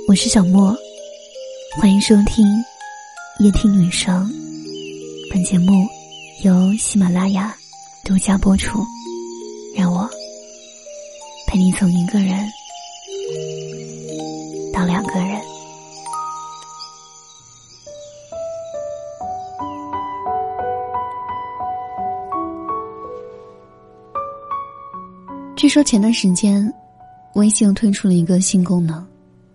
我是小莫，欢迎收听夜听女生。本节目由喜马拉雅独家播出，让我陪你从一个人到两个人。据说前段时间微信又推出了一个新功能，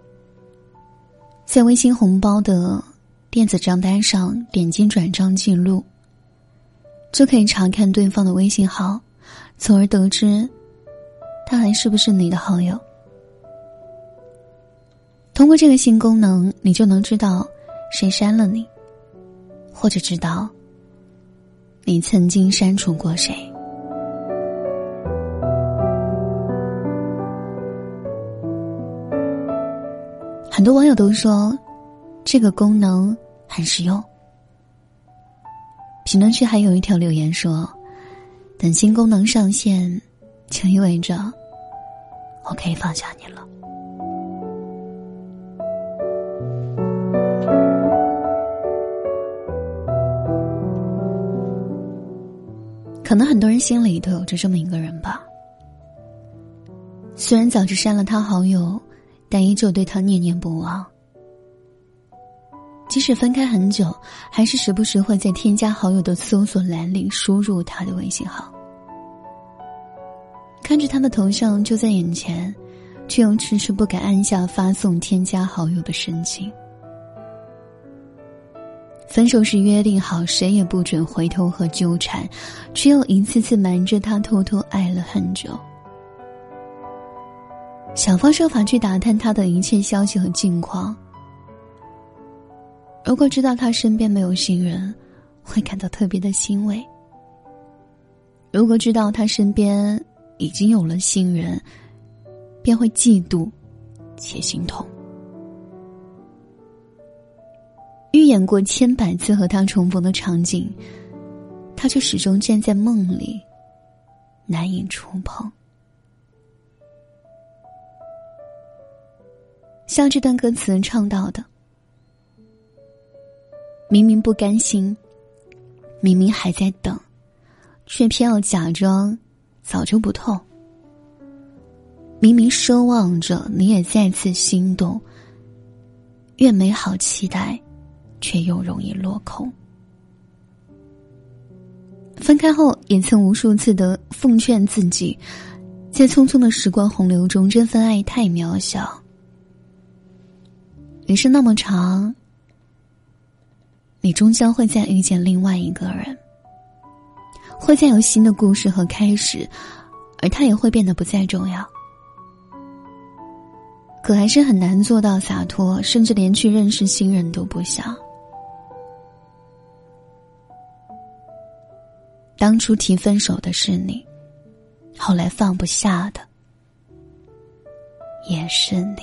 在微信红包的电子账单上点击转账记录，就可以查看对方的微信号，从而得知他还是不是你的好友。通过这个新功能，你就能知道谁删了你，或者知道你曾经删除过谁。很多网友都说这个功能很实用。评论区还有一条留言说，等新功能上线就意味着我可以放下你了。可能很多人心里都有着这么一个人吧，虽然早就删了他好友，但依旧对他念念不忘。即使分开很久，还是时不时会在添加好友的搜索栏里输入他的微信号，看着他的头像就在眼前，却又迟迟不敢按下发送添加好友的申请。分手时约定好谁也不准回头和纠缠，却又一次次瞒着他偷偷爱了很久。想方设法去打探他的一切消息和近况，如果知道他身边没有新人，会感到特别的欣慰；如果知道他身边已经有了新人，便会嫉妒且心痛。预演过千百次和他重逢的场景，他却始终站在梦里，难以触碰。像这段歌词唱到的，明明不甘心，明明还在等，却偏要假装早就不痛。明明奢望着你也再次心动，越美好期待，却又容易落空。分开后也曾无数次的奉劝自己，在匆匆的时光洪流中，这份爱太渺小。人生那么长，你终将会再遇见另外一个人，会再有新的故事和开始，而他也会变得不再重要。可还是很难做到洒脱，甚至连去认识新人都不想。当初提分手的是你，后来放不下的也是你。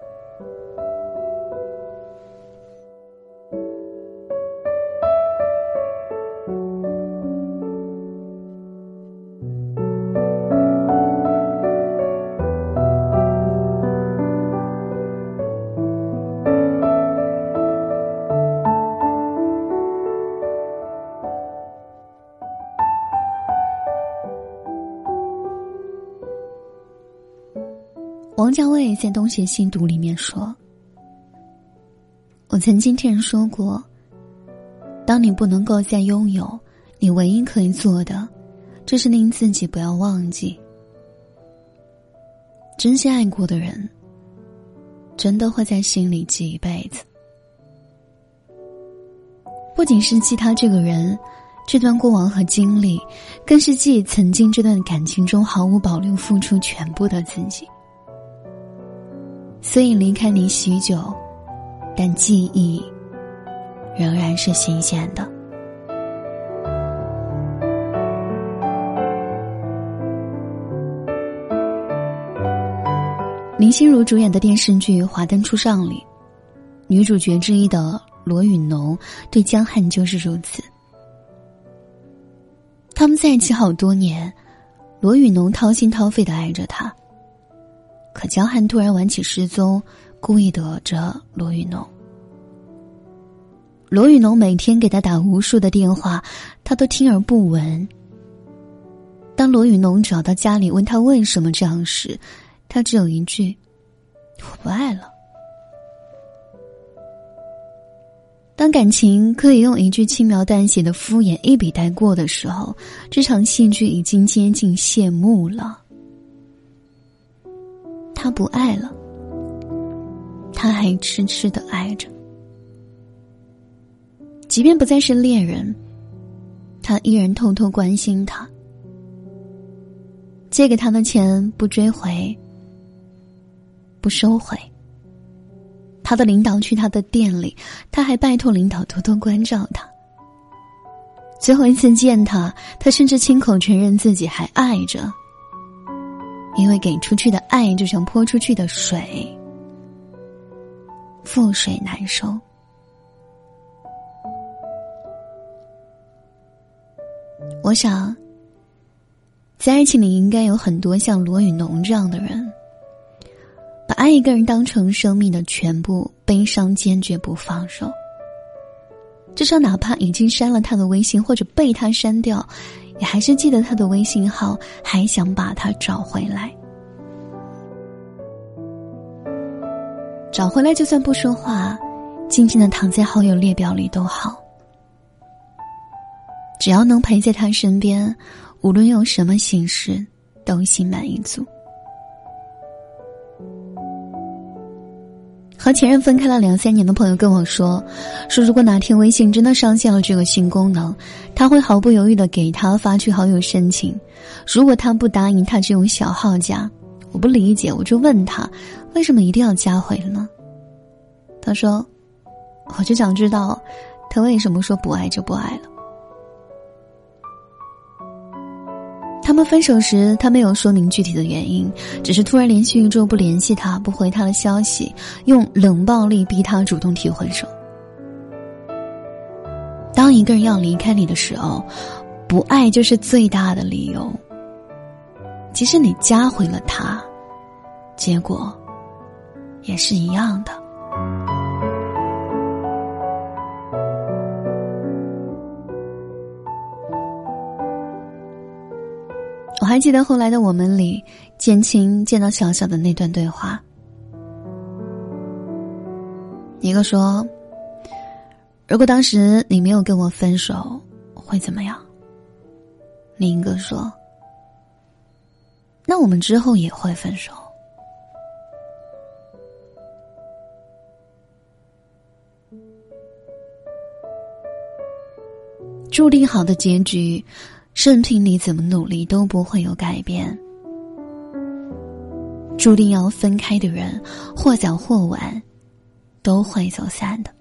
王家卫在《东邪西毒》里面说，我曾经听人说过，当你不能够再拥有，你唯一可以做的，就是令自己不要忘记。真心爱过的人，真的会在心里记一辈子。不仅是记他这个人，这段过往和经历，更是记曾经这段感情中毫无保留付出全部的自己。所以离开你许久，但记忆仍然是新鲜的。林心如主演的电视剧《华灯初上》里，女主角之一的罗宇农对江汉就是如此。他们在一起好多年，罗宇农掏心掏肺地爱着她，可江汉突然晚起失踪， 故意躲着罗宇农。罗宇农每天给他打无数的电话，他都听而不闻。当罗宇农找到家里问他为什么这样时，他只有一句：我不爱了。当感情可以用一句轻描淡写的敷衍一笔带过的时候，这场戏剧已经接近谢幕了。他不爱了，他还痴痴地爱着。即便不再是恋人，他依然偷偷关心他。借给他的钱不追回，不收回。他的领导去他的店里，他还拜托领导多多关照他。最后一次见他，他甚至亲口承认自己还爱着，因为给出去的爱就像泼出去的水，覆水难收。我想，在爱情里应该有很多像罗宇农这样的人，把爱一个人当成生命的全部，悲伤坚决不放手。至少哪怕已经删了他的微信，或者被他删掉，也还是记得他的微信号，还想把他找回来。找回来就算不说话，静静地躺在好友列表里都好。只要能陪在他身边，无论有什么形式，都心满意足。和前任分开了2-3年的朋友跟我说如果哪天微信真的上线了这个新功能，他会毫不犹豫地给他发去好友申请。如果他不答应，他就用小号加。我不理解，我就问他为什么一定要加回了呢？他说我就想知道他为什么说不爱就不爱了。他们分手时，他没有说明具体的原因，只是突然连续1周不联系他，不回他的消息，用冷暴力逼他主动提分手。当一个人要离开你的时候，不爱就是最大的理由。即使你加回了他，结果也是一样的。我还记得后来的我们里，建青见到小小的那段对话。一个说，如果当时你没有跟我分手，会怎么样？另一个说，那我们之后也会分手。注定好的结局，任凭你怎么努力都不会有改变。注定要分开的人，或早或晚都会走散的。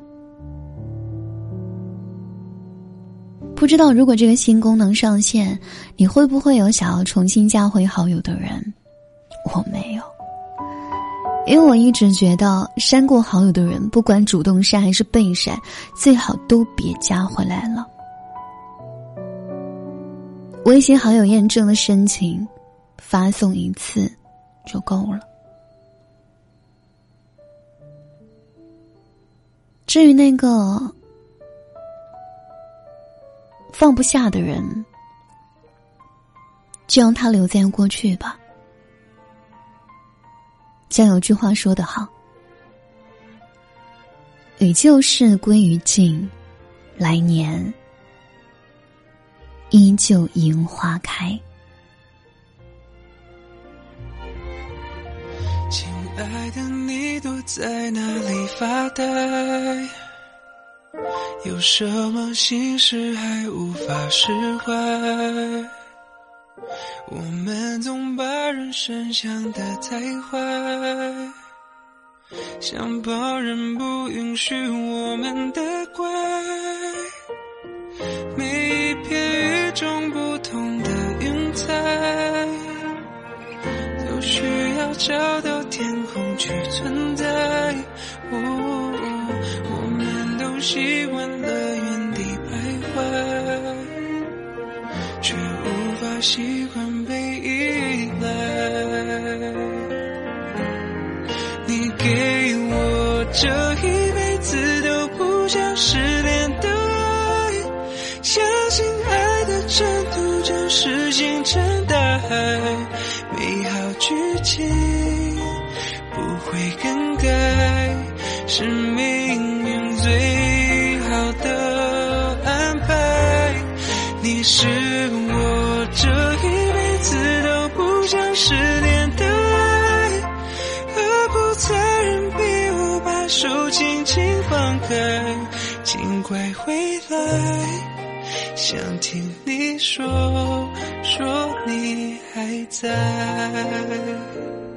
不知道如果这个新功能上线，你会不会有想要重新加回好友的人？我没有，因为我一直觉得删过好友的人，不管主动删还是被删，最好都别加回来了。微信好友验证的申请发送1次就够了。至于那个放不下的人，就让他留在过去吧。像有句话说得好，与旧事归于尽，来年依旧樱花开。 亲爱的，你躲在哪里发呆？有什么心事还无法释怀？我们总把人生想得太坏，想旁人不允许我们的怪。每一片与众不同的云彩，都需要找到天空去存在。我们都习惯了原地徘徊，却无法习惯被依赖。你给我这一辈子都不想失联的爱，相信爱的征途就是星辰大海，美好剧情不会更改，是命运最好的安排。你是我这一辈子都不想失联的爱，何不残忍逼我把手轻轻放开，尽快回来，想听你说你还在。